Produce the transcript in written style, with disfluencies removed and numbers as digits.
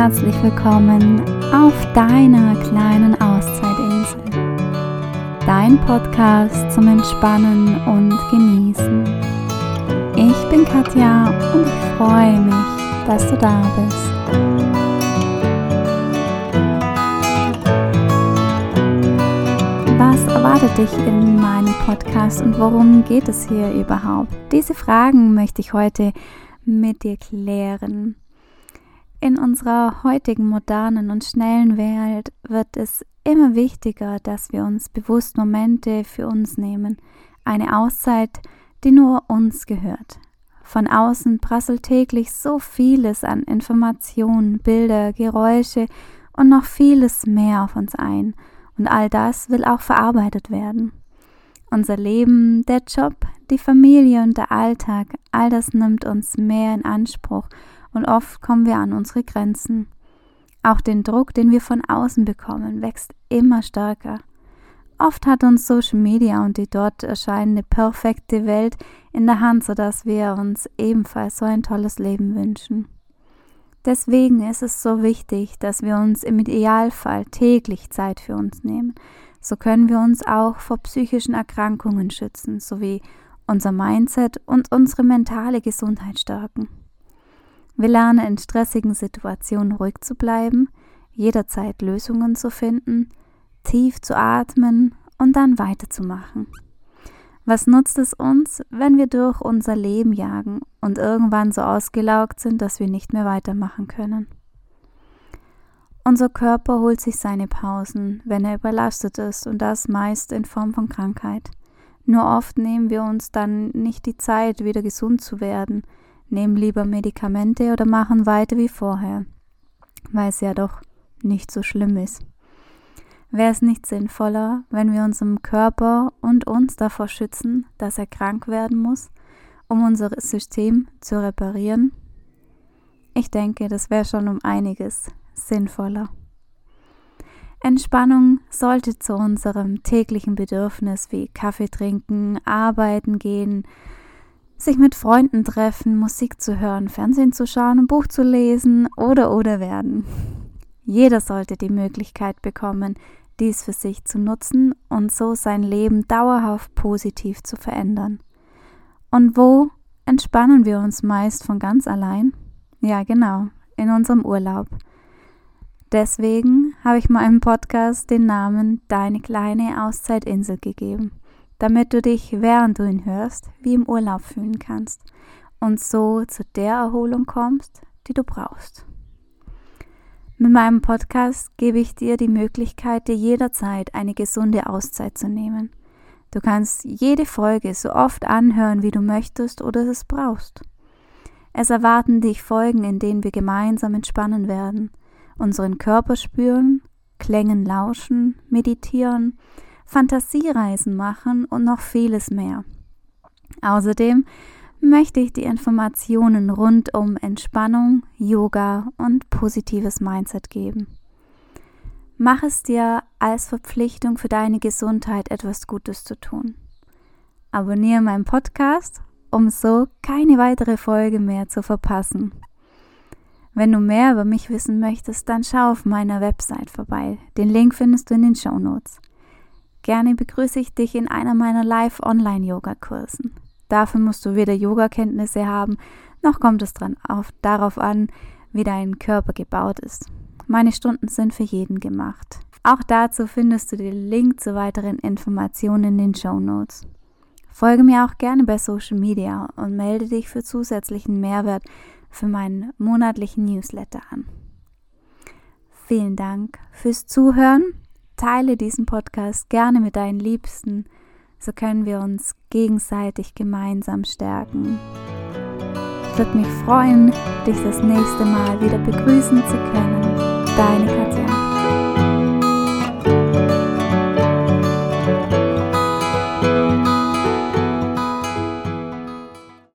herzlich willkommen auf deiner kleinen Auszeitinsel. Dein Podcast zum Entspannen und Genießen. Ich bin Katja und ich freue mich, dass du da bist. Was erwartet dich in meinem Podcast und worum geht es hier überhaupt? Diese Fragen möchte ich heute mit dir klären. In unserer heutigen modernen und schnellen Welt wird es immer wichtiger, dass wir uns bewusst Momente für uns nehmen. Eine Auszeit, die nur uns gehört. Von außen prasselt täglich so vieles an Informationen, Bilder, Geräusche und noch vieles mehr auf uns ein. Und all das will auch verarbeitet werden. Unser Leben, der Job, die Familie und der Alltag, all das nimmt uns mehr in Anspruch und oft kommen wir an unsere Grenzen. Auch den Druck, den wir von außen bekommen, wächst immer stärker. Oft hat uns Social Media und die dort erscheinende perfekte Welt in der Hand, sodass wir uns ebenfalls so ein tolles Leben wünschen. Deswegen ist es so wichtig, dass wir uns im Idealfall täglich Zeit für uns nehmen. So können wir uns auch vor psychischen Erkrankungen schützen, sowie unser Mindset und unsere mentale Gesundheit stärken. Wir lernen in stressigen Situationen ruhig zu bleiben, jederzeit Lösungen zu finden, tief zu atmen und dann weiterzumachen. Was nutzt es uns, wenn wir durch unser Leben jagen und irgendwann so ausgelaugt sind, dass wir nicht mehr weitermachen können? Unser Körper holt sich seine Pausen, wenn er überlastet ist, und das meist in Form von Krankheit. Nur oft nehmen wir uns dann nicht die Zeit, wieder gesund zu werden, nehmen lieber Medikamente oder machen weiter wie vorher, weil es ja doch nicht so schlimm ist. Wäre es nicht sinnvoller, wenn wir unseren Körper und uns davor schützen, dass er krank werden muss, um unser System zu reparieren? Ich denke, das wäre schon um einiges sinnvoller. Entspannung sollte zu unserem täglichen Bedürfnis wie Kaffee trinken, arbeiten gehen, sich mit Freunden treffen, Musik zu hören, Fernsehen zu schauen, ein Buch zu lesen oder werden. Jeder sollte die Möglichkeit bekommen, dies für sich zu nutzen und so sein Leben dauerhaft positiv zu verändern. Und wo entspannen wir uns meist von ganz allein? Ja, genau, in unserem Urlaub. Deswegen habe ich meinem Podcast den Namen Deine kleine Auszeitinsel gegeben, damit du dich, während du ihn hörst, wie im Urlaub fühlen kannst und so zu der Erholung kommst, die du brauchst. Mit meinem Podcast gebe ich dir die Möglichkeit, dir jederzeit eine gesunde Auszeit zu nehmen. Du kannst jede Folge so oft anhören, wie du möchtest oder es brauchst. Es erwarten dich Folgen, in denen wir gemeinsam entspannen werden, unseren Körper spüren, Klängen lauschen, meditieren, Fantasiereisen machen und noch vieles mehr. Außerdem möchte ich die Informationen rund um Entspannung, Yoga und positives Mindset geben. Mach es dir als Verpflichtung für deine Gesundheit, etwas Gutes zu tun. Abonniere meinen Podcast, um so keine weitere Folge mehr zu verpassen. Wenn du mehr über mich wissen möchtest, dann schau auf meiner Website vorbei. Den Link findest du in den Shownotes. Gerne begrüße ich dich in einer meiner Live-Online-Yoga-Kursen. Dafür musst du weder Yoga-Kenntnisse haben, noch kommt es darauf an, wie dein Körper gebaut ist. Meine Stunden sind für jeden gemacht. Auch dazu findest du den Link zu weiteren Informationen in den Shownotes. Folge mir auch gerne bei Social Media und melde dich für zusätzlichen Mehrwert für meinen monatlichen Newsletter an. Vielen Dank fürs Zuhören. Teile diesen Podcast gerne mit deinen Liebsten, so können wir uns gegenseitig gemeinsam stärken. Ich würde mich freuen, dich das nächste Mal wieder begrüßen zu können. Deine Katja.